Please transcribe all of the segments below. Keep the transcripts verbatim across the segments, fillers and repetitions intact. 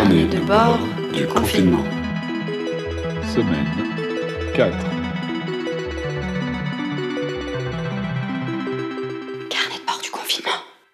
Carnet de bord du confinement. Semaine quatre. Carnet de bord du confinement.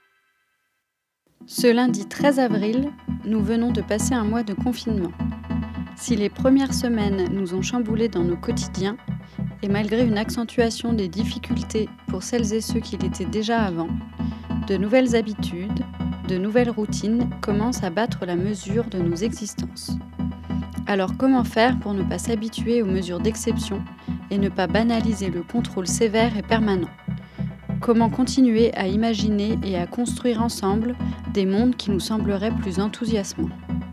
Ce lundi treize avril, nous venons de passer un mois de confinement. Si les premières semaines nous ont chamboulés dans nos quotidiens, et malgré une accentuation des difficultés pour celles et ceux qui l'étaient déjà avant, de nouvelles habitudes, de nouvelles routines commencent à battre la mesure de nos existences. Alors comment faire pour ne pas s'habituer aux mesures d'exception et ne pas banaliser le contrôle sévère et permanent ? Comment continuer à imaginer et à construire ensemble des mondes qui nous sembleraient plus enthousiasmants ?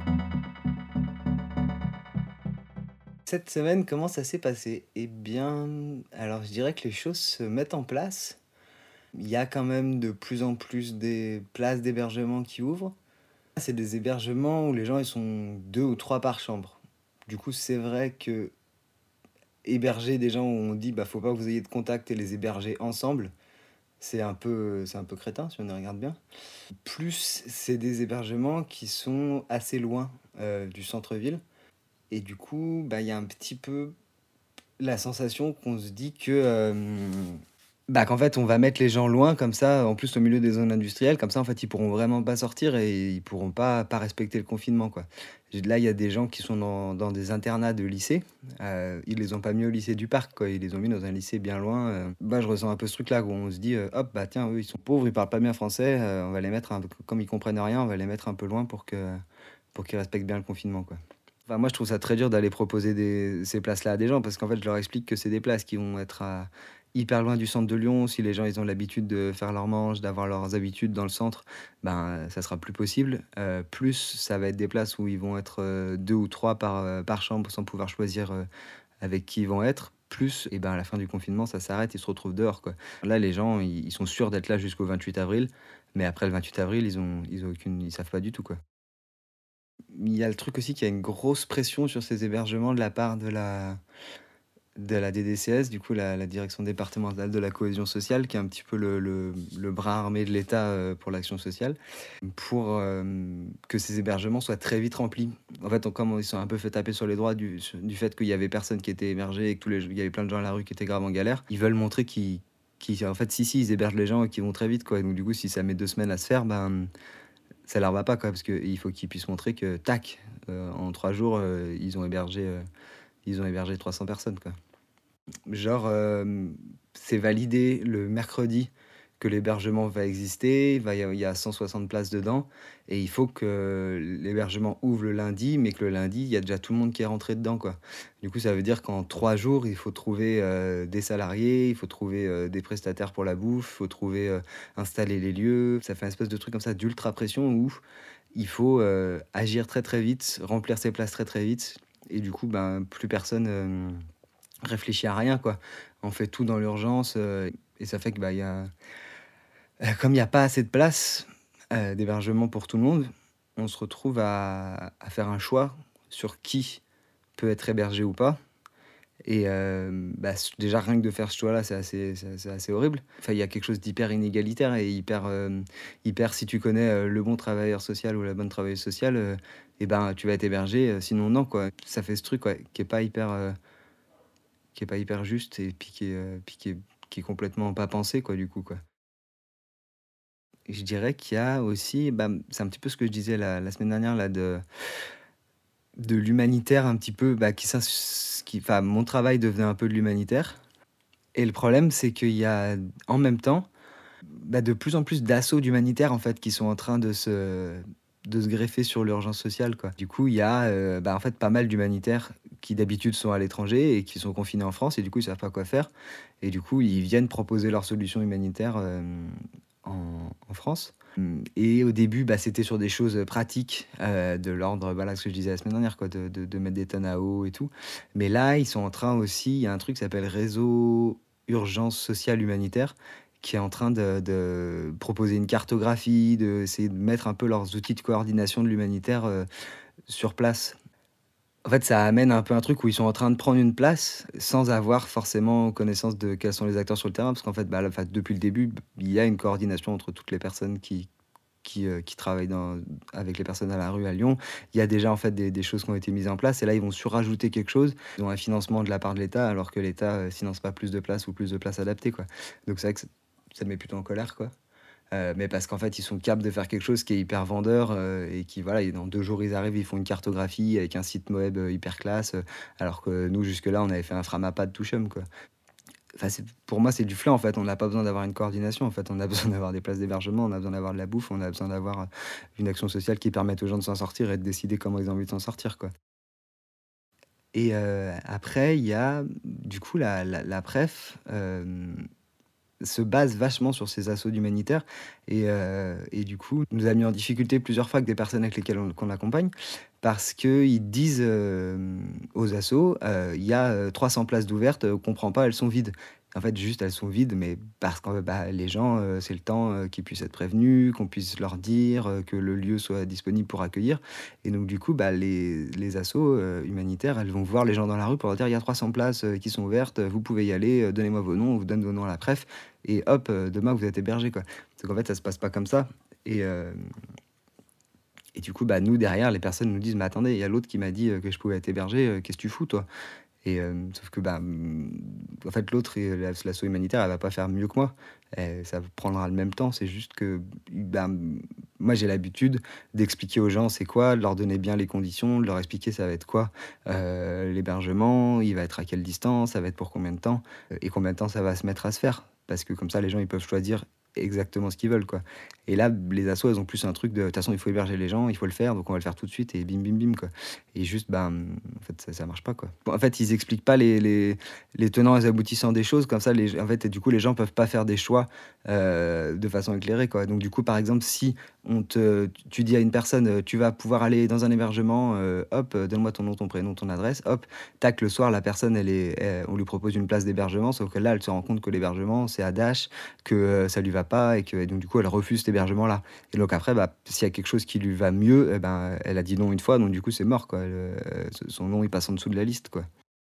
Cette semaine, comment ça s'est passé ? Eh bien, alors je dirais que les choses se mettent en place. Il y a quand même de plus en plus des places d'hébergement qui ouvrent. C'est des hébergements où les gens ils sont deux ou trois par chambre. Du coup, c'est vrai que héberger des gens où on dit bah faut pas que vous ayez de contact et les héberger ensemble, c'est un peu c'est un peu crétin si on y regarde bien. Plus c'est des hébergements qui sont assez loin euh, du centre-ville. Et du coup, bah, y a un petit peu la sensation qu'on se dit que, euh, bah, qu'en fait, on va mettre les gens loin, comme ça, en plus au milieu des zones industrielles, comme ça, en fait, ils pourront vraiment pas sortir et ils pourront pas, pas respecter le confinement, quoi. Là, il y a des gens qui sont dans, dans des internats de lycée. Euh, ils les ont pas mis au lycée du Parc, quoi. Ils les ont mis dans un lycée bien loin. Euh, bah, je ressens un peu ce truc-là où on se dit, euh, hop, bah tiens, eux, ils sont pauvres, ils parlent pas bien français. Euh, on va les mettre, un, comme ils comprennent rien, on va les mettre un peu loin pour que, pour qu'ils respectent bien le confinement, quoi. Enfin, moi, je trouve ça très dur d'aller proposer des, ces places-là à des gens parce qu'en fait, je leur explique que c'est des places qui vont être à, hyper loin du centre de Lyon. Si les gens ils ont l'habitude de faire leur manche, d'avoir leurs habitudes dans le centre, ben, ça sera plus possible. Euh, plus, ça va être des places où ils vont être euh, deux ou trois par, euh, par chambre sans pouvoir choisir euh, avec qui ils vont être. Plus, et ben, à la fin du confinement, ça s'arrête, ils se retrouvent dehors, quoi. Là, les gens, ils, ils sont sûrs d'être là jusqu'au vingt-huit avril, mais après le vingt-huit avril, ils ont, ils ont aucune, ils savent pas du tout, quoi. Il y a le truc aussi qu'il y a une grosse pression sur ces hébergements de la part de la, de la D D C S, du coup la, la direction départementale de la cohésion sociale, qui est un petit peu le, le, le bras armé de l'État euh, pour l'action sociale, pour euh, que ces hébergements soient très vite remplis. En fait, on, comme ils sont un peu fait taper sur les doigts du, du fait qu'il y avait personne qui était hébergé et que tous les, il y avait plein de gens à la rue qui étaient grave en galère, ils veulent montrer qu'ils, qu'ils en fait, si, si, ils hébergent les gens et qu'ils vont très vite, quoi. Donc du coup, si ça met deux semaines à se faire, ben... ça leur va pas, quoi, parce qu'il faut qu'ils puissent montrer que, tac, euh, en trois jours, euh, ils ont hébergé, euh, ils ont hébergé trois cents personnes, quoi. Genre, euh, c'est validé le mercredi que l'hébergement va exister, il va y a- il y a cent soixante places dedans, et il faut que l'hébergement ouvre le lundi, mais que le lundi, il y a déjà tout le monde qui est rentré dedans, quoi. Du coup, ça veut dire qu'en trois jours, il faut trouver euh, des salariés, il faut trouver euh, des prestataires pour la bouffe, il faut trouver, euh, installer les lieux. Ça fait un espèce de truc comme ça d'ultra pression où il faut euh, agir très très vite, remplir ses places très très vite, et du coup, ben, plus personne euh, réfléchit à rien, quoi. On fait tout dans l'urgence, euh, et ça fait que, bah, il y a... Euh, comme il n'y a pas assez de place euh, d'hébergement pour tout le monde, on se retrouve à, à faire un choix sur qui peut être hébergé ou pas. Et euh, bah, s- déjà, rien que de faire ce choix-là, c'est assez, c'est, c'est assez horrible. Enfin, il y a quelque chose d'hyper inégalitaire et hyper, euh, hyper si tu connais euh, le bon travailleur social ou la bonne travailleuse sociale, euh, et ben, tu vas être hébergé, euh, sinon non, quoi. Ça fait ce truc, ouais, qui est pas hyper, euh, qui est pas hyper juste et puis qui est, euh, puis qui est, qui est complètement pas pensé, quoi, du coup, quoi. Je dirais qu'il y a aussi, bah, c'est un petit peu ce que je disais la, la semaine dernière, là, de, de l'humanitaire un petit peu, bah, qui, s'ins- qui, enfin, mon travail devenait un peu de l'humanitaire. Et le problème, c'est qu'il y a en même temps bah, de plus en plus d'assauts d'humanitaires en fait, qui sont en train de se, de se greffer sur l'urgence sociale, quoi. Du coup, il y a euh, bah, en fait, pas mal d'humanitaires qui d'habitude sont à l'étranger et qui sont confinés en France et du coup, ils savent pas quoi faire. Et du coup, ils viennent proposer leurs solutions humanitaires euh, en, en France. Et au début, bah, c'était sur des choses pratiques, euh, de l'ordre, voilà ce que je disais la semaine dernière, quoi, de, de, de mettre des tonnes à eau et tout. Mais là, ils sont en train aussi, il y a un truc qui s'appelle Réseau Urgence Sociale Humanitaire, qui est en train de, de proposer une cartographie, d'essayer de mettre un peu leurs outils de coordination de l'humanitaire euh, sur place. En fait, ça amène un peu un truc où ils sont en train de prendre une place sans avoir forcément connaissance de quels sont les acteurs sur le terrain, parce qu'en fait, bah, là, enfin, depuis le début, il y a une coordination entre toutes les personnes qui, qui, euh, qui travaillent dans, avec les personnes à la rue à Lyon. Il y a déjà en fait des, des choses qui ont été mises en place et là ils vont surajouter quelque chose. Ils ont un financement de la part de l'État alors que l'État ne finance pas plus de places ou plus de places adaptées, quoi. Donc c'est vrai que ça, ça me met plutôt en colère, quoi. Euh, mais parce qu'en fait, ils sont capables de faire quelque chose qui est hyper vendeur euh, et qui, voilà, et dans deux jours, ils arrivent, ils font une cartographie avec un site web euh, hyper classe, euh, alors que nous, jusque-là, on avait fait un Framapad Touchum, quoi. Enfin, c'est, pour moi, c'est du flan, en fait. On n'a pas besoin d'avoir une coordination, en fait. On a besoin d'avoir des places d'hébergement, on a besoin d'avoir de la bouffe, on a besoin d'avoir euh, une action sociale qui permette aux gens de s'en sortir et de décider comment ils ont envie de s'en sortir, quoi. Et euh, après, il y a, du coup, la, la, la préf... Euh, se base vachement sur ces assauts d'humanitaires et, euh, et du coup nous a mis en difficulté plusieurs fois avec des personnes avec lesquelles on, qu'on accompagne parce qu'ils disent euh, aux assos euh, il y a euh, trois cents places d'ouvertes, on comprend pas, elles sont vides. En fait, juste, elles sont vides, mais parce que bah, les gens, euh, c'est le temps euh, qu'ils puissent être prévenus, qu'on puisse leur dire, euh, que le lieu soit disponible pour accueillir. Et donc, du coup, bah, les, les assos euh, humanitaires, elles vont voir les gens dans la rue pour leur dire, il y a trois cents places euh, qui sont ouvertes, vous pouvez y aller, euh, donnez-moi vos noms, on vous donne vos noms à la préf, et hop, euh, demain, vous êtes hébergés, quoi. Donc, en fait, ça se passe pas comme ça. Et... Euh, et du coup, bah, nous, derrière, les personnes nous disent, mais attendez, il y a l'autre qui m'a dit euh, que je pouvais être hébergé, euh, qu'est-ce que tu fous, toi? Et euh, sauf que, bah, en fait, l'autre, l'asso humanitaire, elle va pas faire mieux que moi. Et ça prendra le même temps. C'est juste que, bah, moi, j'ai l'habitude d'expliquer aux gens c'est quoi, de leur donner bien les conditions, de leur expliquer ça va être quoi. Euh, l'hébergement, il va être à quelle distance, ça va être pour combien de temps, et combien de temps ça va se mettre à se faire. Parce que comme ça, les gens, ils peuvent choisir exactement ce qu'ils veulent, quoi. Et là, les assos, elles ont plus un truc de, de toute façon, il faut héberger les gens, il faut le faire, donc on va le faire tout de suite, et bim, bim, bim, quoi. Et juste, ben, en fait, ça, ça marche pas, quoi. Bon, en fait, ils expliquent pas les, les, les tenants et les aboutissants des choses, comme ça, les, en fait, et du coup, les gens peuvent pas faire des choix euh, de façon éclairée, quoi. Donc, du coup, par exemple, si on te, tu dis à une personne, tu vas pouvoir aller dans un hébergement, euh, hop, donne-moi ton nom, ton prénom, ton adresse, hop, tac, le soir, la personne, elle est, elle, on lui propose une place d'hébergement, sauf que là, elle se rend compte que l'hébergement, c'est à Dash, que euh, ça lui va pas, et que et donc, du coup, elle refuse cet hébergement-là. Et donc, après, bah, s'il y a quelque chose qui lui va mieux, eh ben, elle a dit non une fois, donc du coup, c'est mort, quoi. Elle, euh, son nom, il passe en dessous de la liste, quoi.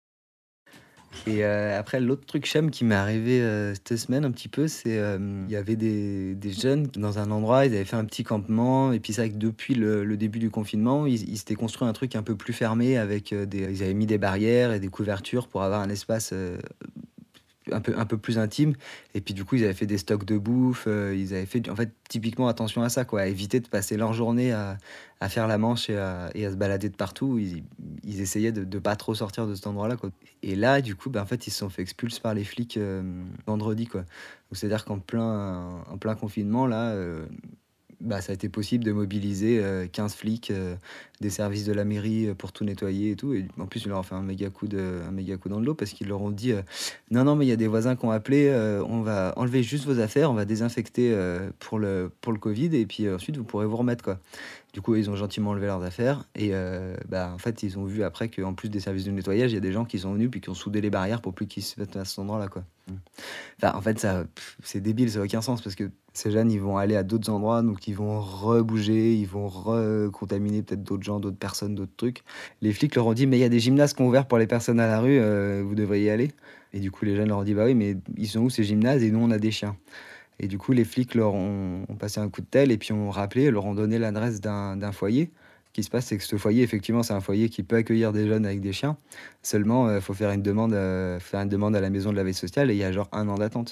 Et euh, après, l'autre truc chum qui m'est arrivé euh, cette semaine un petit peu, c'est il euh, y avait des, des jeunes dans un endroit, ils avaient fait un petit campement, et puis c'est vrai que depuis le, le début du confinement, ils, ils s'étaient construit un truc un peu plus fermé, avec euh, des, ils avaient mis des barrières et des couvertures pour avoir un espace euh, un peu, un peu plus intime. Et puis du coup, ils avaient fait des stocks de bouffe, euh, ils avaient fait, en fait, typiquement attention à ça, quoi, à éviter de passer leur journée à, à faire la manche et à, et à se balader de partout. Ils, ils essayaient de ne pas trop sortir de cet endroit-là, quoi. Et là, du coup, bah, en fait, ils se sont fait expulser par les flics euh, vendredi, quoi. Donc, c'est-à-dire qu'en plein, en plein confinement, là, euh, bah, ça a été possible de mobiliser euh, quinze flics euh, des services de la mairie pour tout nettoyer et tout. Et en plus, ils leur ont fait un méga coup, de, un méga coup dans le dos parce qu'ils leur ont dit euh, non, non, mais il y a des voisins qui ont appelé, euh, on va enlever juste vos affaires, on va désinfecter euh, pour, le, pour le Covid et puis euh, ensuite vous pourrez vous remettre, quoi. Du coup, ils ont gentiment enlevé leurs affaires et euh, bah, en fait, ils ont vu après qu'en plus des services de nettoyage, il y a des gens qui sont venus puis qui ont soudé les barrières pour plus qu'ils se mettent à cet endroit-là, quoi. Enfin, en fait, ça, pff, c'est débile, ça n'a aucun sens parce que ces jeunes, ils vont aller à d'autres endroits, donc ils vont rebouger, ils vont recontaminer peut-être d'autres gens, d'autres personnes, d'autres trucs. Les flics leur ont dit, mais il y a des gymnases qui ont ouvert pour les personnes à la rue, euh, vous devriez y aller. Et du coup, les jeunes leur ont dit, bah oui, mais ils sont où ces gymnases et nous, on a des chiens. Et du coup, les flics leur ont, ont passé un coup de tel et puis ont rappelé, leur ont donné l'adresse d'un, d'un foyer. Ce qui se passe, c'est que ce foyer, effectivement, c'est un foyer qui peut accueillir des jeunes avec des chiens. Seulement, il euh, faut faire une demande, euh, faire une demande à la maison de la veille sociale et il y a genre un an d'attente.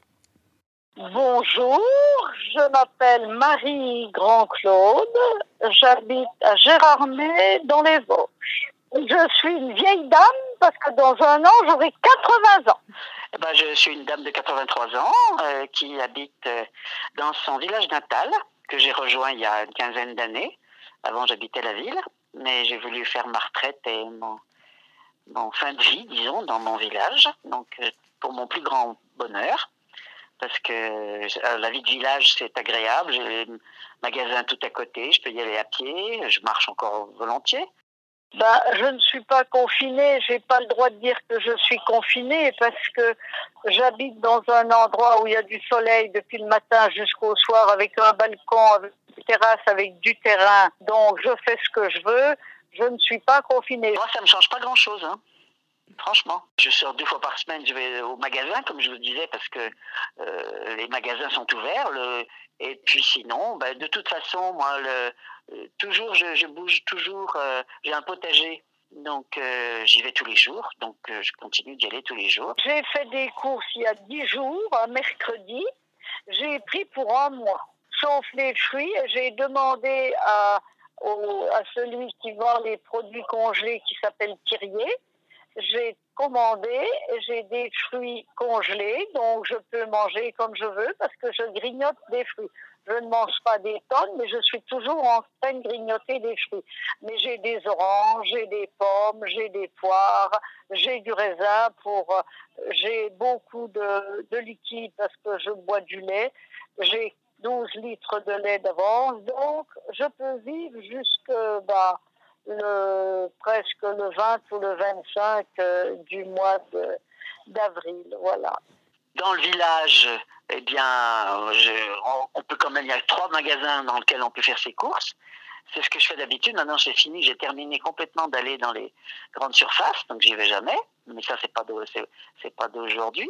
Bonjour, je m'appelle Marie Grand-Claude, j'habite à Gérardmer dans les Vosges. Je suis une vieille dame parce que dans un an, j'aurai quatre-vingts ans. Eh ben, je suis une dame de quatre-vingt-trois ans euh, qui habite euh, dans son village natal, que j'ai rejoint il y a une quinzaine d'années. Avant, j'habitais la ville, mais j'ai voulu faire ma retraite et mon, mon fin de vie, disons, dans mon village, donc euh, pour mon plus grand bonheur. Parce que euh, la vie de village, c'est agréable. J'ai les magasins tout à côté, je peux y aller à pied, je marche encore volontiers. Ben, je ne suis pas confinée, j'ai pas le droit de dire que je suis confinée parce que j'habite dans un endroit où il y a du soleil depuis le matin jusqu'au soir avec un balcon, avec une terrasse, avec du terrain. Donc, je fais ce que je veux. Je ne suis pas confinée. Moi, ça me change pas grand-chose, hein. Franchement, je sors deux fois par semaine, je vais au magasin, comme je vous disais, parce que euh, les magasins sont ouverts. Le... Et puis sinon, bah, de toute façon, moi, le... euh, toujours, je, je bouge toujours. Euh, j'ai un potager, donc euh, j'y vais tous les jours. Donc euh, je continue d'y aller tous les jours. J'ai fait des courses il y a dix jours, un mercredi. J'ai pris pour un mois. Sauf les fruits, j'ai demandé à, au, à celui qui vend les produits congelés, qui s'appelle Thirier. J'ai commandé, j'ai des fruits congelés, donc je peux manger comme je veux parce que je grignote des fruits. Je ne mange pas des tonnes, mais je suis toujours en train de grignoter des fruits. Mais j'ai des oranges, j'ai des pommes, j'ai des poires, j'ai du raisin pour, j'ai beaucoup de, de liquide parce que je bois du lait. J'ai douze litres de lait d'avance, donc je peux vivre jusque, bah, Le, presque le vingt ou le vingt-cinq euh, du mois de, d'avril, voilà. Dans le village, eh bien, je, on, on peut quand même, il y a trois magasins dans lesquels on peut faire ses courses. C'est ce que je fais d'habitude. Maintenant, j'ai fini, j'ai terminé complètement d'aller dans les grandes surfaces, donc j'y vais jamais. Mais ça, c'est pas de, c'est, c'est pas d'aujourd'hui.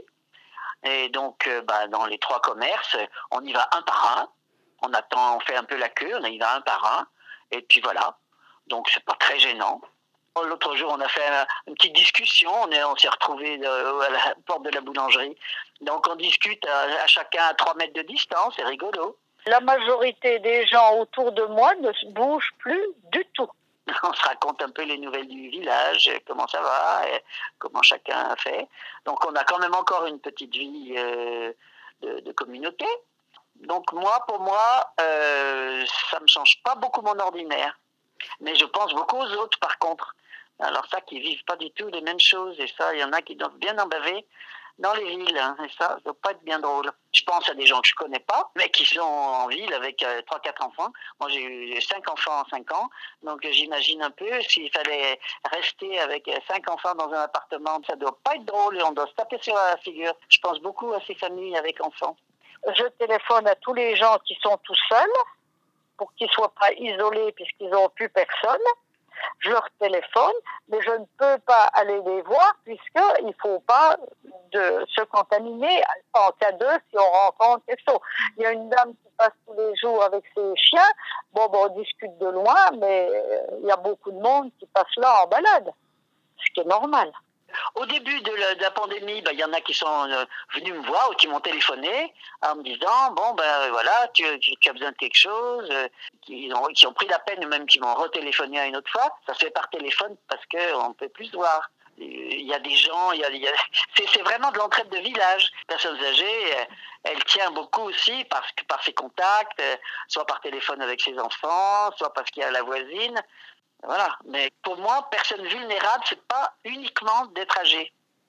Et donc, euh, bah, dans les trois commerces, on y va un par un. On attend, on fait un peu la queue, on y va un par un. Et puis voilà. Donc, c'est pas très gênant. L'autre jour, on a fait une petite discussion. On, est, on s'est retrouvés à la porte de la boulangerie. Donc, on discute à, à chacun à trois mètres de distance. C'est rigolo. La majorité des gens autour de moi ne bougent plus du tout. On se raconte un peu les nouvelles du village, comment ça va, et comment chacun a fait. Donc, on a quand même encore une petite vie euh, de, de communauté. Donc, moi, pour moi, euh, ça ne me change pas beaucoup mon ordinaire. Mais je pense beaucoup aux autres, par contre. Alors ça, qui vivent pas du tout les mêmes choses. Et ça, il y en a qui doivent bien en baver dans les villes. Hein, et ça, ça doit pas être bien drôle. Je pense à des gens que je connais pas, mais qui sont en ville avec euh, trois, quatre enfants. Moi, j'ai eu cinq enfants en cinq ans. Donc, j'imagine un peu s'il fallait rester avec cinq enfants dans un appartement. Ça doit pas être drôle et on doit se taper sur la figure. Je pense beaucoup à ces familles avec enfants. Je téléphone à tous les gens qui sont tout seuls, pour qu'ils ne soient pas isolés puisqu'ils n'ont plus personne. Je leur téléphone, mais je ne peux pas aller les voir puisqu'il ne faut pas de se contaminer en cas de si on rencontre quelque chose. Il y a une dame qui passe tous les jours avec ses chiens. Bon, bon, on discute de loin, mais il y a beaucoup de monde qui passe là en balade, ce qui est normal. Au début de la, de la pandémie, ben, y en a qui sont euh, venus me voir ou qui m'ont téléphoné en me disant bon ben voilà, tu, tu, tu as besoin de quelque chose, euh, qui, ont, qui ont pris la peine, même qui m'ont retéléphoné une autre fois. Ça se fait par téléphone parce qu'on ne peut plus se voir. Il y a des gens, il y a, il y a, c'est, c'est vraiment de l'entraide de village. Personnes âgées, euh, elle tient beaucoup aussi parce que, par ses contacts, euh, soit par téléphone avec ses enfants, soit parce qu'il y a la voisine. Voilà. Mais pour moi, personne vulnérable, c'est pas uniquement d'être âgé.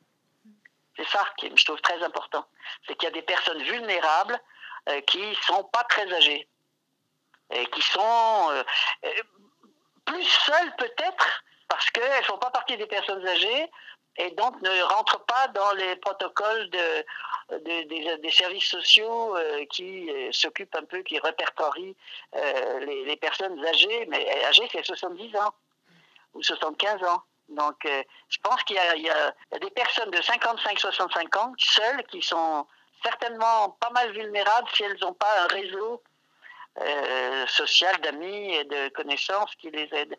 C'est ça qui je trouve très important. C'est qu'il y a des personnes vulnérables euh, qui sont pas très âgées et qui sont euh, plus seules peut-être parce qu'elles font pas partie des personnes âgées et donc ne rentrent pas dans les protocoles de, de, des, des services sociaux euh, qui euh, s'occupent un peu, qui répertorient euh, les, les personnes âgées, mais âgées c'est soixante-dix ans ou soixante-quinze ans. Donc euh, je pense qu'il y a, il y a des personnes de cinquante-cinq à soixante-cinq ans seules qui sont certainement pas mal vulnérables si elles n'ont pas un réseau euh, social d'amis et de connaissances qui les aident.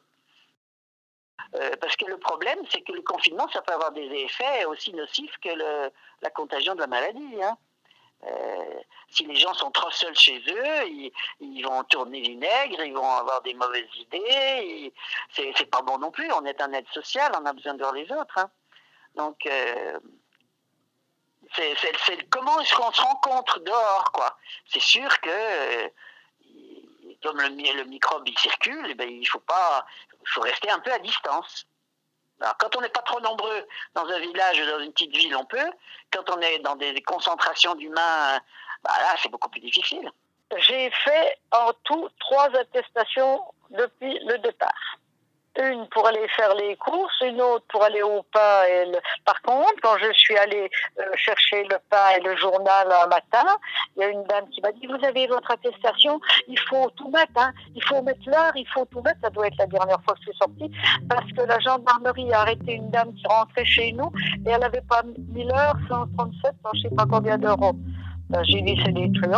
Euh, parce que le problème, c'est que le confinement, ça peut avoir des effets aussi nocifs que le, la contagion de la maladie. Hein. Euh, si les gens sont trop seuls chez eux, ils, ils vont tourner vinaigre, ils vont avoir des mauvaises idées. Ils, c'est, c'est pas bon non plus. On est un être social, on a besoin de voir les autres. Hein. Donc, euh, c'est, c'est, c'est comment est-ce qu'on se rencontre dehors, quoi. C'est sûr que euh, comme le, le microbe il circule, eh ben, il faut pas, il faut rester un peu à distance. Alors, quand on n'est pas trop nombreux dans un village ou dans une petite ville, on peut. Quand on est dans des concentrations d'humains, bah là, c'est beaucoup plus difficile. J'ai fait en tout trois attestations depuis le départ. Une pour aller faire les courses, une autre pour aller au pain. Et le... Par contre, quand je suis allée euh, chercher le pain et le journal un matin, il y a une dame qui m'a dit « Vous avez votre attestation, il faut tout mettre, hein. Il faut mettre l'heure, il faut tout mettre. » Ça doit être la dernière fois que je suis sortie, parce que la gendarmerie a arrêté une dame qui rentrait chez nous et elle n'avait pas mis l'heure, cent trente-sept, je ne sais pas combien d'euros. Ben, j'ai dit « C'est des truands. »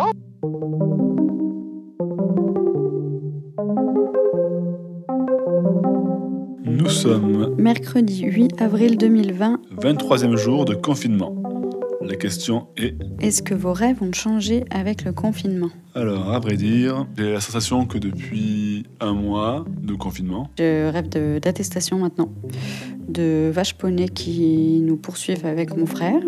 Nous sommes Mercredi huit avril deux mille vingt. vingt-troisième jour de confinement. La question est... Est-ce que vos rêves ont changé avec le confinement ? Alors, à vrai dire, j'ai la sensation que depuis un mois de confinement... Je rêve de, d'attestation maintenant, de vaches poneys qui nous poursuivent avec mon frère,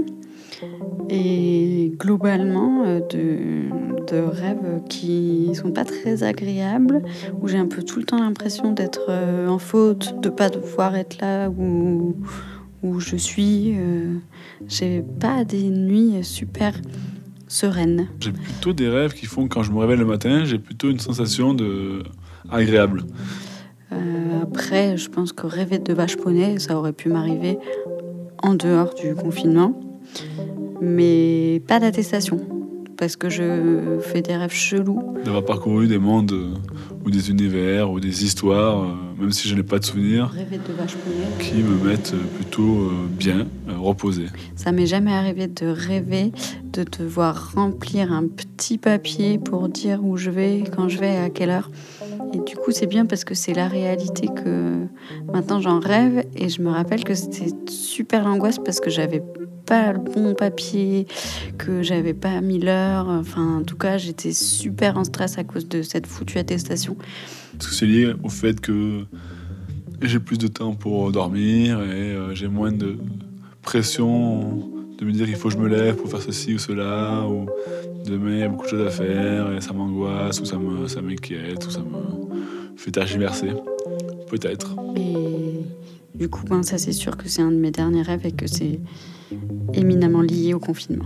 et globalement de, de rêves qui sont pas très agréables, où j'ai un peu tout le temps l'impression d'être en faute, de pas devoir être là où, où je suis. J'ai pas des nuits super sereines. J'ai plutôt des rêves qui font que quand je me réveille le matin, j'ai plutôt une sensation de... agréable. Euh, après, je pense que rêver de vaches poneys, ça aurait pu m'arriver en dehors du confinement. Mais pas d'attestation, parce que je fais des rêves chelous. D'avoir parcouru des mondes euh, ou des univers ou des histoires, euh, même si je n'ai pas de souvenirs, Rêver de vaches poneys, qui me mettent plutôt euh, bien, euh, reposé. ça m'est jamais arrivé de rêver de devoir remplir un petit papier pour dire où je vais, quand je vais, à quelle heure. Et du coup, c'est bien parce que c'est la réalité que maintenant j'en rêve, et je me rappelle que c'était super l'angoisse parce que j'avais pas le bon papier, que j'avais pas mis l'heure. Enfin, en tout cas, j'étais super en stress à cause de cette foutue attestation. Parce que c'est lié au fait que j'ai plus de temps pour dormir et euh, j'ai moins de pression de me dire qu'il faut que je me lève pour faire ceci ou cela, ou demain il y a beaucoup de choses à faire et ça m'angoisse, ou ça, me, ça m'inquiète, ou ça me fait tergiverser. Peut-être. Et du coup, ben, ça c'est sûr que c'est un de mes derniers rêves et que c'est éminemment lié au confinement.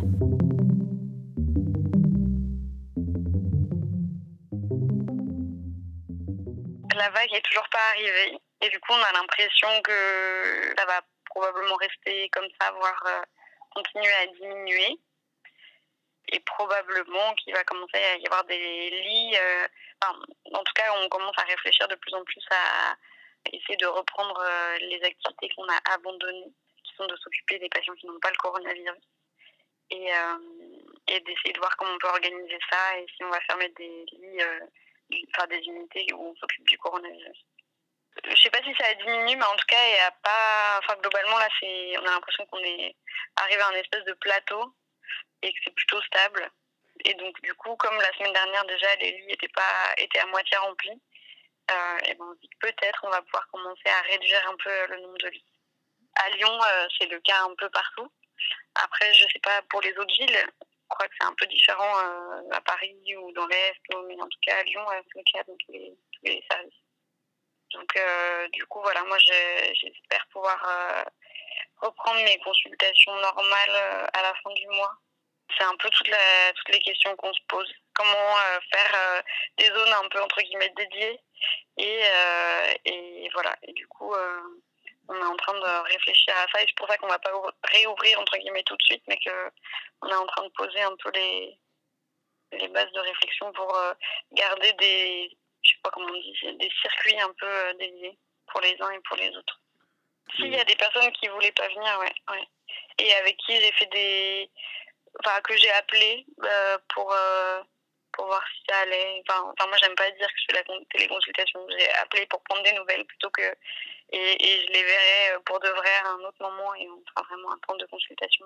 La vague est toujours pas arrivée et du coup on a l'impression que ça va probablement rester comme ça, voire euh, continuer à diminuer, et probablement qu'il va commencer à y avoir des lits. Euh, enfin, en tout cas, on commence à réfléchir de plus en plus à essayer de reprendre euh, les activités qu'on a abandonnées, qui sont de s'occuper des patients qui n'ont pas le coronavirus, et, euh, et d'essayer de voir comment on peut organiser ça et si on va fermer des lits, euh, enfin des unités où on s'occupe du coronavirus. Je sais pas si ça a diminué, mais en tout cas, il y a pas. Enfin, globalement, là, c'est. On a l'impression qu'on est arrivé à un espèce de plateau et que c'est plutôt stable. Et donc, du coup, comme la semaine dernière déjà, les lits étaient pas étaient à moitié remplis, euh, et ben on dit que peut-être on va pouvoir commencer à réduire un peu le nombre de lits. À Lyon, euh, c'est le cas un peu partout. Après, je sais pas pour les autres villes. Je crois que c'est un peu différent euh, à Paris ou dans l'Est, mais en tout cas à Lyon, euh, c'est le cas dans tous les, tous les services. Donc, euh, du coup, voilà, moi, je, j'espère pouvoir euh, reprendre mes consultations normales euh, à la fin du mois. C'est un peu toute la, toutes les questions qu'on se pose. Comment euh, faire euh, des zones un peu, entre guillemets, dédiées. Et, euh, et voilà, et du coup, euh, on est en train de réfléchir à ça. Et c'est pour ça qu'on ne va pas réouvrir, entre guillemets, tout de suite, mais qu'on est en train de poser un peu les, les bases de réflexion pour euh, garder des... je sais pas comment on dit, des circuits un peu euh, dédiés pour les uns et pour les autres. S'il y a des personnes qui voulaient pas venir, ouais, ouais. Et avec qui j'ai fait des... Enfin, que j'ai appelé euh, pour, euh, pour voir si ça allait. Enfin, enfin, moi, j'aime pas dire que je fais la téléconsultation. J'ai appelé pour prendre des nouvelles plutôt que... Et, et je les verrai pour de vrai à un autre moment et on fera vraiment un temps de consultation.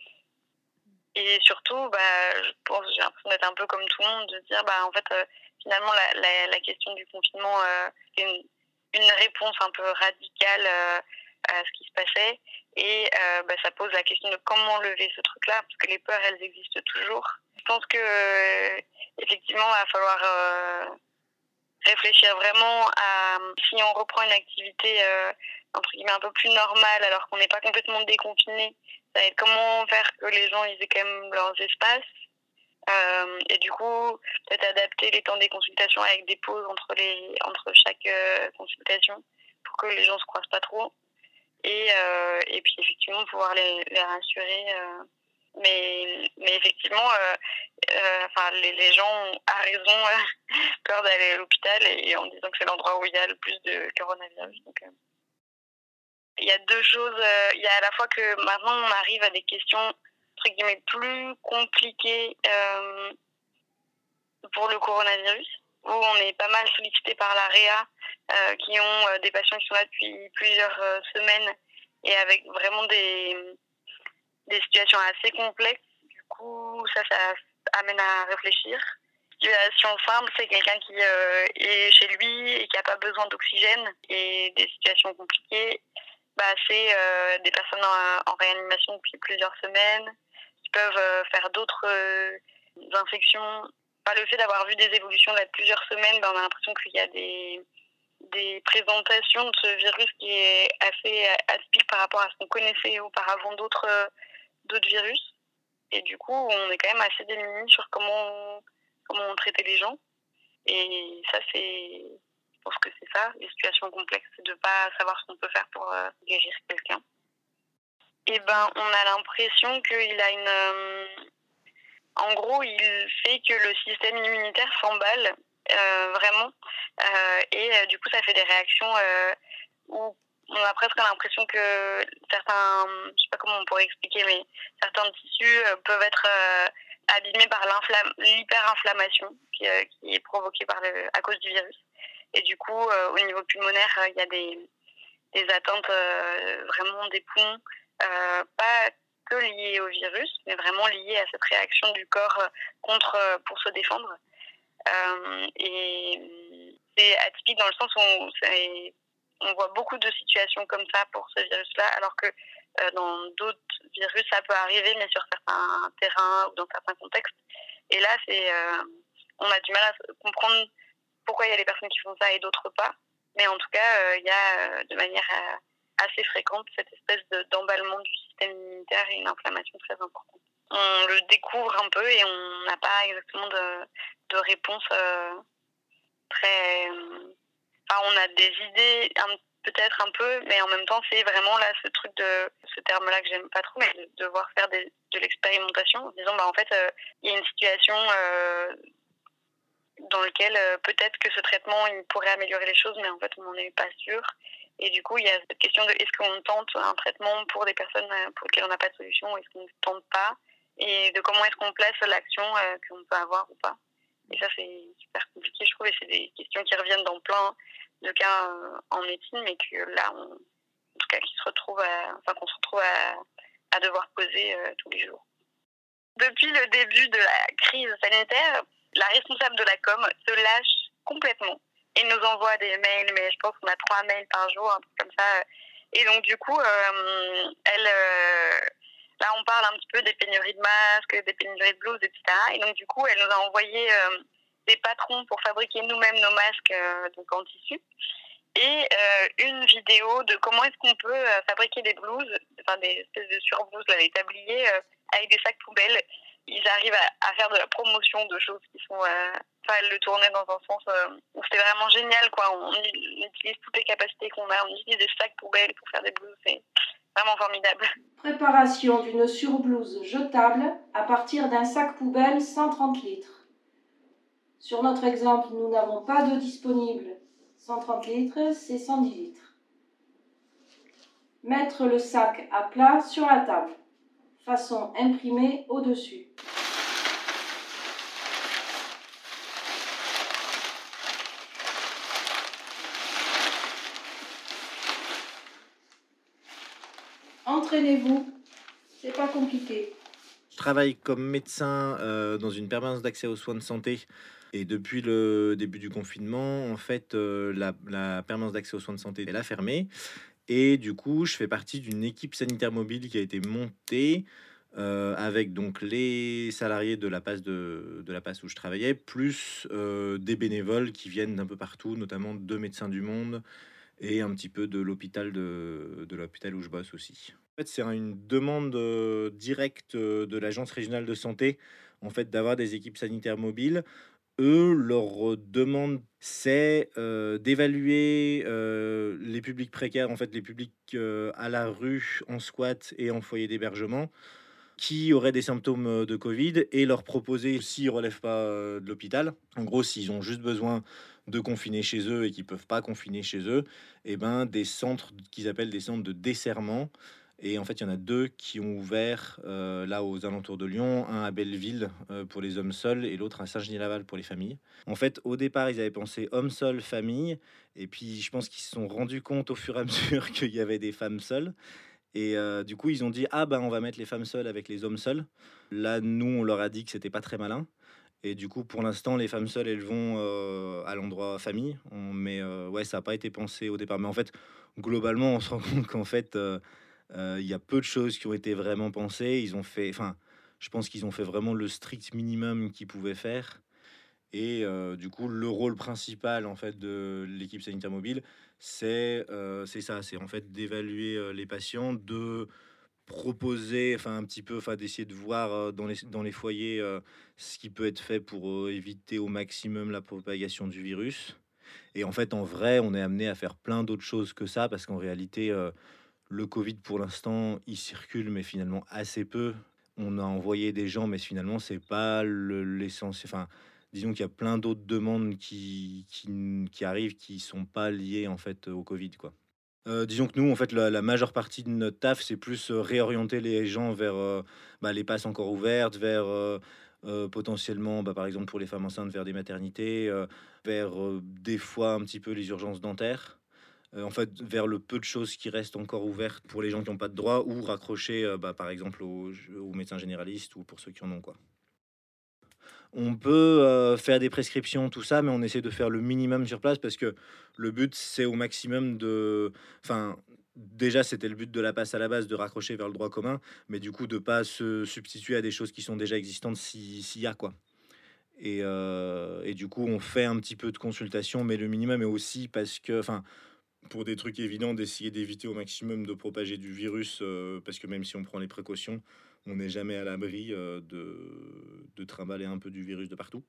Et surtout, bah, je pense, j'ai l'impression d'être un peu comme tout le monde, de dire, bah, en fait... Euh, finalement, la, la, la question du confinement, euh, c'est une, une réponse un peu radicale euh, à ce qui se passait. Et euh, bah, ça pose la question de comment lever ce truc-là, parce que les peurs, elles existent toujours. Je pense que euh, effectivement, il va falloir euh, réfléchir vraiment à si on reprend une activité euh, entre guillemets un peu plus normale, alors qu'on n'est pas complètement déconfiné. Ça va être comment faire que les gens ils aient quand même leurs espaces. Euh, et du coup, peut-être adapter les temps des consultations avec des pauses entre, les, entre chaque euh, consultation pour que les gens se croisent pas trop. Et, euh, et puis effectivement pouvoir les, les rassurer. Euh, mais, mais effectivement, euh, euh, enfin, les, les gens ont à raison euh, peur d'aller à l'hôpital et en disant que c'est l'endroit où il y a le plus de coronavirus. Donc, euh, il y a deux choses. Euh, il y a à la fois que maintenant on arrive à des questions entre guillemets plus compliquées euh, pour le coronavirus, où on est pas mal sollicité par la Réa, euh, qui ont euh, des patients qui sont là depuis plusieurs euh, semaines et avec vraiment des, des situations assez complexes. Du coup, ça, ça amène à réfléchir. Situation simple, c'est quelqu'un qui euh, est chez lui et qui n'a pas besoin d'oxygène. Et des situations compliquées, bah, c'est euh, des personnes en, en réanimation depuis plusieurs semaines qui peuvent euh, faire d'autres euh, infections. Par le fait d'avoir vu des évolutions là de plusieurs semaines, ben, on a l'impression qu'il y a des, des présentations de ce virus qui est assez atypique par rapport à ce qu'on connaissait auparavant d'autres, euh, d'autres virus. Et du coup, on est quand même assez démunis sur comment on, comment on traitait les gens. Et ça, c'est, je pense que c'est ça, les situations complexes, c'est de ne pas savoir ce qu'on peut faire pour euh, guérir quelqu'un. Et ben, on a l'impression qu'il a une... Euh, en gros, il fait que le système immunitaire s'emballe euh, vraiment. Euh, et euh, du coup, ça fait des réactions euh, où on a presque l'impression que certains, je ne sais pas comment on pourrait expliquer, mais certains tissus euh, peuvent être euh, abîmés par l'hyperinflammation qui, euh, qui est provoquée par le, à cause du virus. Et du coup, euh, au niveau pulmonaire, il y a des, des atteintes euh, vraiment des poumons, euh, pas que liées au virus, mais vraiment liées à cette réaction du corps contre, pour se défendre. Euh, et c'est atypique dans le sens où c'est, on voit beaucoup de situations comme ça pour ce virus-là, alors que euh, dans d'autres virus, ça peut arriver, mais sur certains terrains ou dans certains contextes. Et là, c'est, euh, on a du mal à comprendre pourquoi il y a des personnes qui font ça et d'autres pas. Mais en tout cas, euh, il y a euh, de manière euh, assez fréquente cette espèce de, d'emballement du système immunitaire et une inflammation très importante. On le découvre un peu et on n'a pas exactement de, de réponse euh, très... Euh, enfin, on a des idées un, peut-être un peu, mais en même temps, c'est vraiment là ce truc de... ce terme-là que j'aime pas trop, mais de devoir faire des, de l'expérimentation en disant, bah, en fait, il euh, y a une situation... Euh, dans lequel euh, peut-être que ce traitement il pourrait améliorer les choses, mais en fait on n'en est pas sûr. Et du coup, il y a cette question de est-ce qu'on tente un traitement pour des personnes pour lesquelles on n'a pas de solution, ou est-ce qu'on ne tente pas, et de comment est-ce qu'on place l'action euh, qu'on peut avoir ou pas. Et ça, c'est super compliqué, je trouve, et c'est des questions qui reviennent dans plein de cas euh, en médecine, mais que là, on, en tout cas, qui se retrouvent à, enfin, qu'on se retrouve à, à devoir poser euh, tous les jours. Depuis le début de la crise sanitaire, la responsable de la com se lâche complètement et nous envoie des mails, mais je pense qu'on a trois mails par jour, un truc comme ça. Et donc du coup, euh, elle, euh, là on parle un petit peu des pénuries de masques, des pénuries de blouses, et cetera. Et donc du coup, elle nous a envoyé euh, des patrons pour fabriquer nous-mêmes nos masques euh, donc en tissu, et euh, une vidéo de comment est-ce qu'on peut euh, fabriquer des blouses, enfin des espèces de surblouses, là, les tabliers, euh, avec des sacs poubelles. Ils arrivent à, à faire de la promotion de choses qui sont... Euh, enfin, elles le tournaient dans un sens euh, où c'était vraiment génial, quoi. On, on utilise toutes les capacités qu'on a, on utilise des sacs poubelles pour faire des blouses, c'est vraiment formidable. Préparation d'une surblouse jetable à partir d'un sac poubelle cent trente litres. Sur notre exemple, nous n'avons pas d'eau disponible. cent trente litres, c'est cent dix litres. Mettre le sac à plat sur la table. Façon imprimée au-dessus. Entraînez-vous, c'est pas compliqué. Je travaille comme médecin euh, dans une permanence d'accès aux soins de santé. Et depuis le début du confinement, en fait, euh, la, la permanence d'accès aux soins de santé, elle a fermé. Et du coup, je fais partie d'une équipe sanitaire mobile qui a été montée euh, avec donc les salariés de la passe de, de la passe où je travaillais, plus euh, des bénévoles qui viennent d'un peu partout, notamment deux Médecins du Monde et un petit peu de l'hôpital de, de l'hôpital où je bosse aussi. En fait, c'est une demande euh, directe de l'Agence régionale de santé, en fait, d'avoir des équipes sanitaires mobiles. eux, leur demande, c'est euh, d'évaluer euh, les publics précaires, en fait, les publics euh, à la rue, en squat et en foyer d'hébergement, qui auraient des symptômes euh, de Covid et leur proposer, s'ils ne relèvent pas euh, de l'hôpital, en gros, s'ils ont juste besoin de confiner chez eux et qu'ils ne peuvent pas confiner chez eux, et ben, des centres qu'ils appellent des centres de desserrement. Et en fait, il y en a deux qui ont ouvert euh, là aux alentours de Lyon, un à Belleville euh, pour les hommes seuls et l'autre à Saint-Genis-Laval pour les familles. En fait, au départ, ils avaient pensé hommes seuls, famille, et puis je pense qu'ils se sont rendus compte au fur et à mesure qu'il y avait des femmes seules. Et euh, du coup, ils ont dit ah ben on va mettre les femmes seules avec les hommes seuls. Là, nous, on leur a dit que c'était pas très malin. Et du coup, pour l'instant, les femmes seules, elles vont euh, à l'endroit famille. On- mais euh, ouais, ça n'a pas été pensé au départ. Mais en fait, globalement, on se rend compte qu'en fait, euh, euh, il y a peu de choses qui ont été vraiment pensées. Ils ont fait, enfin, je pense qu'ils ont fait vraiment le strict minimum qu'ils pouvaient faire. Et euh, du coup, le rôle principal en fait de l'équipe sanitaire mobile, c'est euh, c'est ça, c'est en fait d'évaluer euh, les patients, de proposer, enfin un petit peu, enfin d'essayer de voir euh, dans les dans les foyers euh, ce qui peut être fait pour euh, éviter au maximum la propagation du virus. Et en fait, en vrai, on est amené à faire plein d'autres choses que ça, parce qu'en réalité, euh, le Covid pour l'instant, il circule, mais finalement assez peu. On a envoyé des gens, mais finalement, c'est pas le- l'essentiel. Enfin, disons qu'il y a plein d'autres demandes qui, qui, n- qui arrivent qui sont pas liées en fait au Covid, quoi. Euh, disons que nous, en fait, la, la majeure partie de notre taf, c'est plus euh, réorienter les gens vers euh, bah, les passes encore ouvertes, vers euh, euh, potentiellement, bah, par exemple pour les femmes enceintes, vers des maternités, euh, vers euh, des fois un petit peu les urgences dentaires. Euh, en fait, vers le peu de choses qui restent encore ouvertes pour les gens qui n'ont pas de droit, ou raccrocher, euh, bah, par exemple, aux, aux médecins généralistes ou pour ceux qui en ont, quoi. On peut euh, faire des prescriptions, tout ça, mais on essaie de faire le minimum sur place parce que le but, c'est au maximum de. Enfin, déjà, c'était le but de la passe à la base, de raccrocher vers le droit commun, mais du coup, de pas se substituer à des choses qui sont déjà existantes si- s'il y a, quoi. Et, euh, et du coup, on fait un petit peu de consultation, mais le minimum est aussi parce que, enfin, pour des trucs évidents, d'essayer d'éviter au maximum de propager du virus, euh, parce que même si on prend les précautions, on n'est jamais à l'abri euh, de, de trimballer un peu du virus de partout.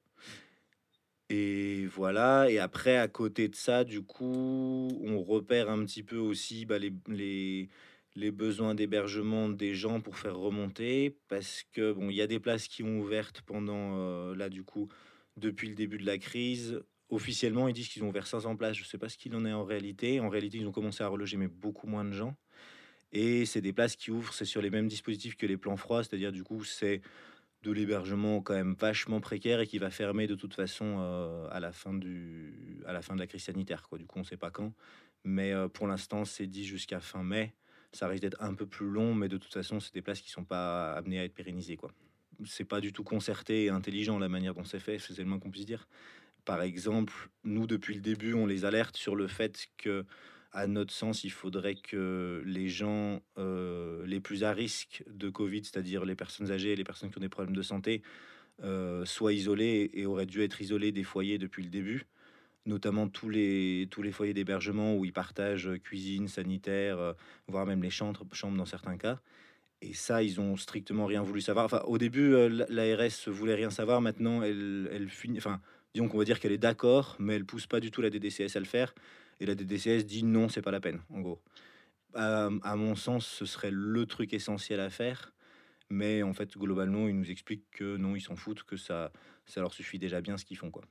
Et voilà, et après, à côté de ça, du coup, on repère un petit peu aussi bah, les, les, les besoins d'hébergement des gens pour faire remonter, parce que bon, il y a des places qui ont ouvertes pendant, euh, là, du coup, depuis le début de la crise. Officiellement, ils disent qu'ils ont ouvert cinq cents places. Je sais pas ce qu'il en est en réalité. En réalité, ils ont commencé à reloger, mais beaucoup moins de gens. Et c'est des places qui ouvrent, c'est sur les mêmes dispositifs que les plans froids, c'est-à-dire, du coup, c'est de l'hébergement quand même vachement précaire et qui va fermer de toute façon euh, à la fin du à la fin de la crise sanitaire, quoi. Du coup, on sait pas quand, mais euh, pour l'instant, c'est dit jusqu'à fin mai. Ça risque d'être un peu plus long, mais de toute façon, c'est des places qui sont pas amenées à être pérennisées, quoi. C'est pas du tout concerté et intelligent la manière dont c'est fait, c'est le moins qu'on puisse dire. Par exemple, nous, depuis le début, on les alerte sur le fait que, à notre sens, il faudrait que les gens euh, les plus à risque de Covid, c'est-à-dire les personnes âgées et les personnes qui ont des problèmes de santé, euh, soient isolés et auraient dû être isolés des foyers depuis le début, notamment tous les, tous les foyers d'hébergement où ils partagent euh, cuisine, sanitaire, euh, voire même les chambres, chambres dans certains cas. Et ça, ils ont strictement rien voulu savoir. Enfin, au début, euh, l'A R S voulait rien savoir. Maintenant, elle, elle finit. Enfin, disons qu'on va dire qu'elle est d'accord, mais elle pousse pas du tout la D D C S à le faire. Et la D D C S dit non, c'est pas la peine, en gros. À, à mon sens, ce serait le truc essentiel à faire. Mais en fait, globalement, ils nous expliquent que non, ils s'en foutent, que ça, ça leur suffit déjà bien ce qu'ils font, quoi.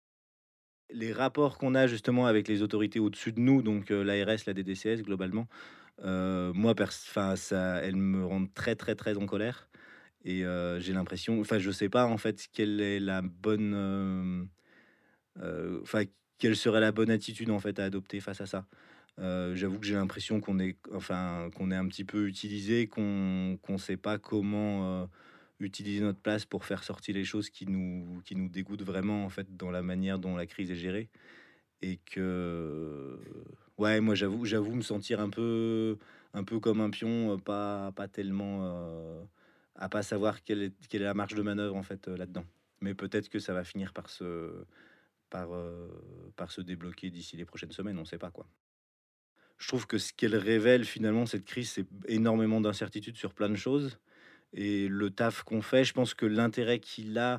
Les rapports qu'on a justement avec les autorités au-dessus de nous, donc euh, l'A R S, la D D C S, globalement, euh, moi, pers- enfin, ça, elles me rendent très, très, très en colère. Et euh, j'ai l'impression, enfin, je sais pas en fait quelle est la bonne, euh, euh, enfin, quelle serait la bonne attitude en fait à adopter face à ça. Euh, j'avoue que j'ai l'impression qu'on est, enfin, qu'on est un petit peu utilisé, qu'on qu'on sait pas comment euh, utiliser notre place pour faire sortir les choses qui nous, qui nous dégoûtent vraiment en fait dans la manière dont la crise est gérée. Et que ouais, moi j'avoue j'avoue me sentir un peu un peu comme un pion, heu, pas pas tellement, heu, à pas savoir quelle est quelle est la marge de manœuvre en fait, heu, là-dedans. Mais peut-être que ça va finir par se par, heu, par se débloquer d'ici les prochaines semaines, on sait pas, quoi. Je trouve que ce qu'elle révèle finalement cette crise, c'est énormément d'incertitudes sur plein de choses, et le taf qu'on fait, je pense que l'intérêt qu'il a,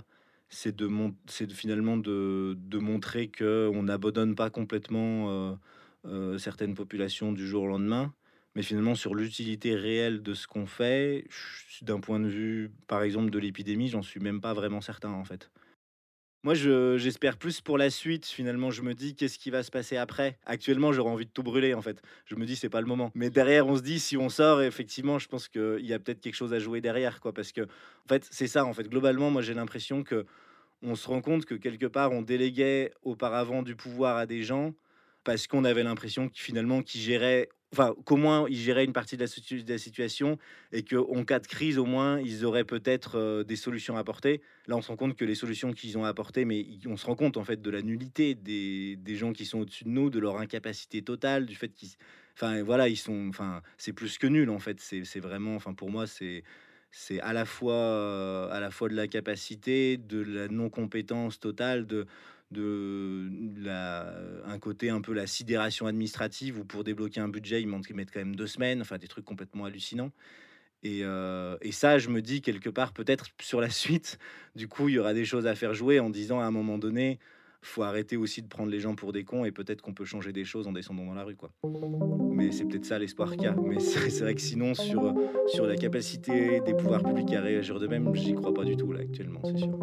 c'est de mon- c'est de, finalement de, de montrer qu'on n'abandonne pas complètement euh, euh, certaines populations du jour au lendemain, mais finalement sur l'utilité réelle de ce qu'on fait, je- d'un point de vue, par exemple, de l'épidémie, j'en suis même pas vraiment certain en fait. Moi, je j'espère plus pour la suite. Finalement, je me dis: «Qu'est-ce qui va se passer après?» Actuellement, j'aurais envie de tout brûler, en fait. Je me dis: «C'est pas le moment». Mais derrière, on se dit: «Si on sort», effectivement, je pense qu'il y a peut-être quelque chose à jouer derrière, quoi. Parce que, en fait, c'est ça, en fait. Globalement, moi, j'ai l'impression que on se rend compte que quelque part, on déléguait auparavant du pouvoir à des gens parce qu'on avait l'impression que finalement, qu'ils géraient, enfin, qu'au moins ils géraient une partie de la, situ- de la situation et qu'en cas de crise, au moins, ils auraient peut-être euh, des solutions à apporter. Là, on se rend compte que les solutions qu'ils ont apportées, mais on se rend compte en fait de la nullité des, des gens qui sont au-dessus de nous, de leur incapacité totale, du fait qu'ils, enfin, voilà, ils sont, enfin, c'est plus que nul en fait. C'est c'est vraiment, enfin, pour moi, c'est c'est à la fois, euh, à la fois de la capacité, de la non-compétence totale, de, de la, un côté un peu la sidération administrative où pour débloquer un budget, ils montent- ils mettent quand même deux semaines, enfin des trucs complètement hallucinants. Et, euh, et ça, je me dis quelque part, peut-être sur la suite, du coup, il y aura des choses à faire jouer en disant à un moment donné, faut arrêter aussi de prendre les gens pour des cons et peut-être qu'on peut changer des choses en descendant dans la rue, quoi. Mais c'est peut-être ça l'espoir qu'il y a. Mais c'est c'est vrai que sinon, sur, sur la capacité des pouvoirs publics à réagir d'eux-mêmes, j'y crois pas du tout là actuellement, c'est sûr.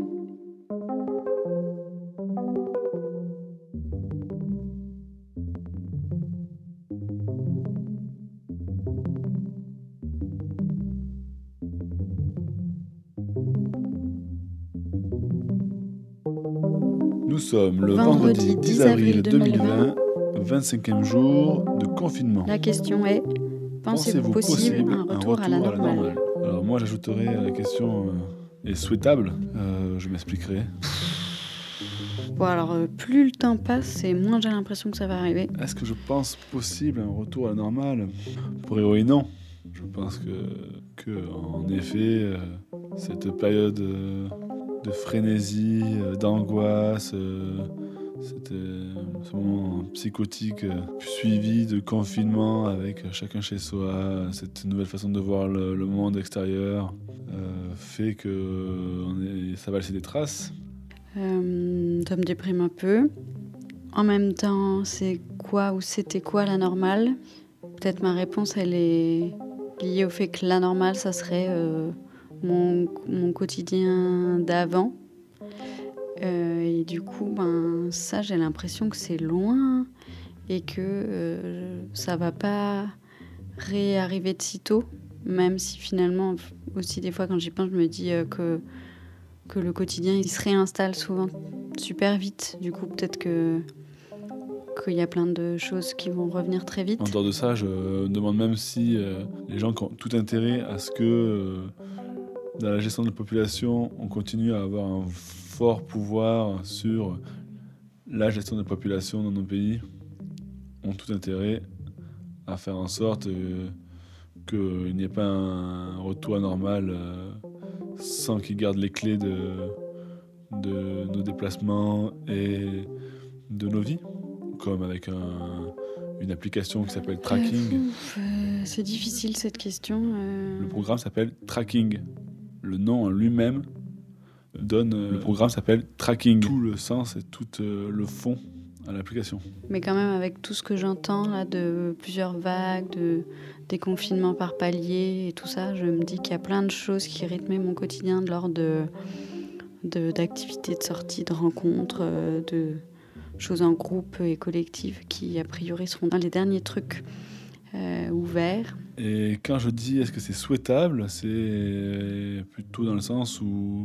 Nous sommes le Vendredi vendredi dix avril deux mille vingt, vingt-cinquième jour de confinement. La question est, pensez-vous possible un retour à la normale? Alors moi j'ajouterais à la question euh, est souhaitable, euh, je m'expliquerai. Bon alors, euh, plus le temps passe et moins j'ai l'impression que ça va arriver. Est-ce que je pense possible un retour à la normale? Pour oui, non. Je pense que, que en effet, euh, cette période euh, de frénésie, euh, d'angoisse, euh, c'était ce moment psychotique euh, suivi de confinement avec chacun chez soi, cette nouvelle façon de voir le, le monde extérieur, euh, fait que on est, ça va laisser des traces. Euh, ça me déprime un peu. En même temps, c'est quoi ou c'était quoi la normale? Peut-être ma réponse, elle est liée au fait que la normale, ça serait euh, mon, mon quotidien d'avant. Euh, et du coup, ben, ça, j'ai l'impression que c'est loin et que euh, ça va pas réarriver de sitôt. Même si finalement, aussi des fois, quand j'y pense, je me dis euh, que que le quotidien il se réinstalle souvent super vite. Du coup, peut-être que qu'il y a plein de choses qui vont revenir très vite. En dehors de ça, je me demande même si euh, les gens qui ont tout intérêt à ce que euh, dans la gestion de la population, on continue à avoir un fort pouvoir sur la gestion de la population dans nos pays, ont tout intérêt à faire en sorte euh, qu'il n'y ait pas un retour à normal euh, sans qu'ils gardent les clés de, de nos déplacements et de nos vies, comme avec un, une application qui s'appelle Tracking. Euh, ouf, euh, c'est difficile cette question. Euh... Le programme s'appelle Tracking. Le nom en lui-même donne... Euh, le programme s'appelle Tracking. Tout le sens et tout euh, le fond à l'application. Mais quand même, avec tout ce que j'entends là, de plusieurs vagues, de déconfinement par palier et tout ça, je me dis qu'il y a plein de choses qui rythmaient mon quotidien de l'ordre de, de, d'activités de sortie, de rencontres, de choses en groupe et collectives qui, a priori, seront dans les derniers trucs euh, ouverts. Et quand je dis est-ce que c'est souhaitable, c'est plutôt dans le sens où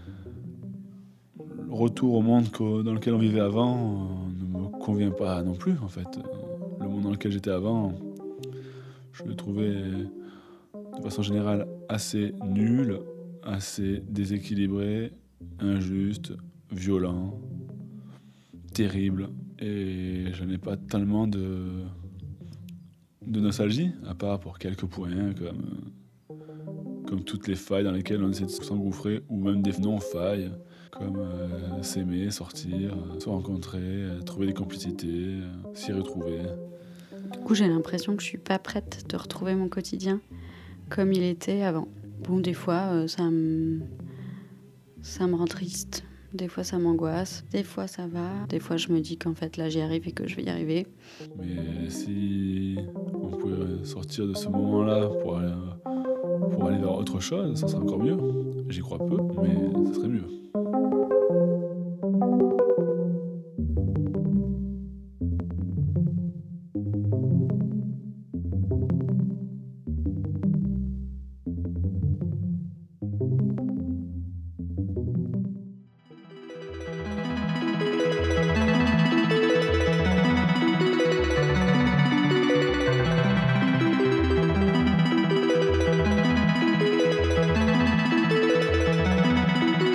le retour au monde dans lequel on vivait avant ne me convient pas non plus, en fait. Le monde dans lequel j'étais avant, je le trouvais de façon générale assez nul, assez déséquilibré, injuste, violent, terrible. Et je n'ai pas tellement de, de nostalgie, à part pour quelques points, comme, comme toutes les failles dans lesquelles on essaie de s'engouffrer, ou même des non-failles, comme euh, s'aimer, sortir, euh, se rencontrer, euh, trouver des complicités, euh, s'y retrouver. Du coup, j'ai l'impression que je suis pas prête de retrouver mon quotidien comme il était avant. Bon, des fois, euh, ça me... Ça me rend triste. Des fois, ça m'angoisse. Des fois, ça va. Des fois, je me dis qu'en fait, là, j'y arrive et que je vais y arriver. Mais si on pouvait sortir de ce moment-là pour aller, pour aller vers autre chose, ça serait encore mieux. J'y crois peu, mais ça serait mieux.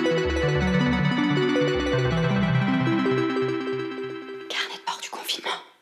Carnet de bord du confinement.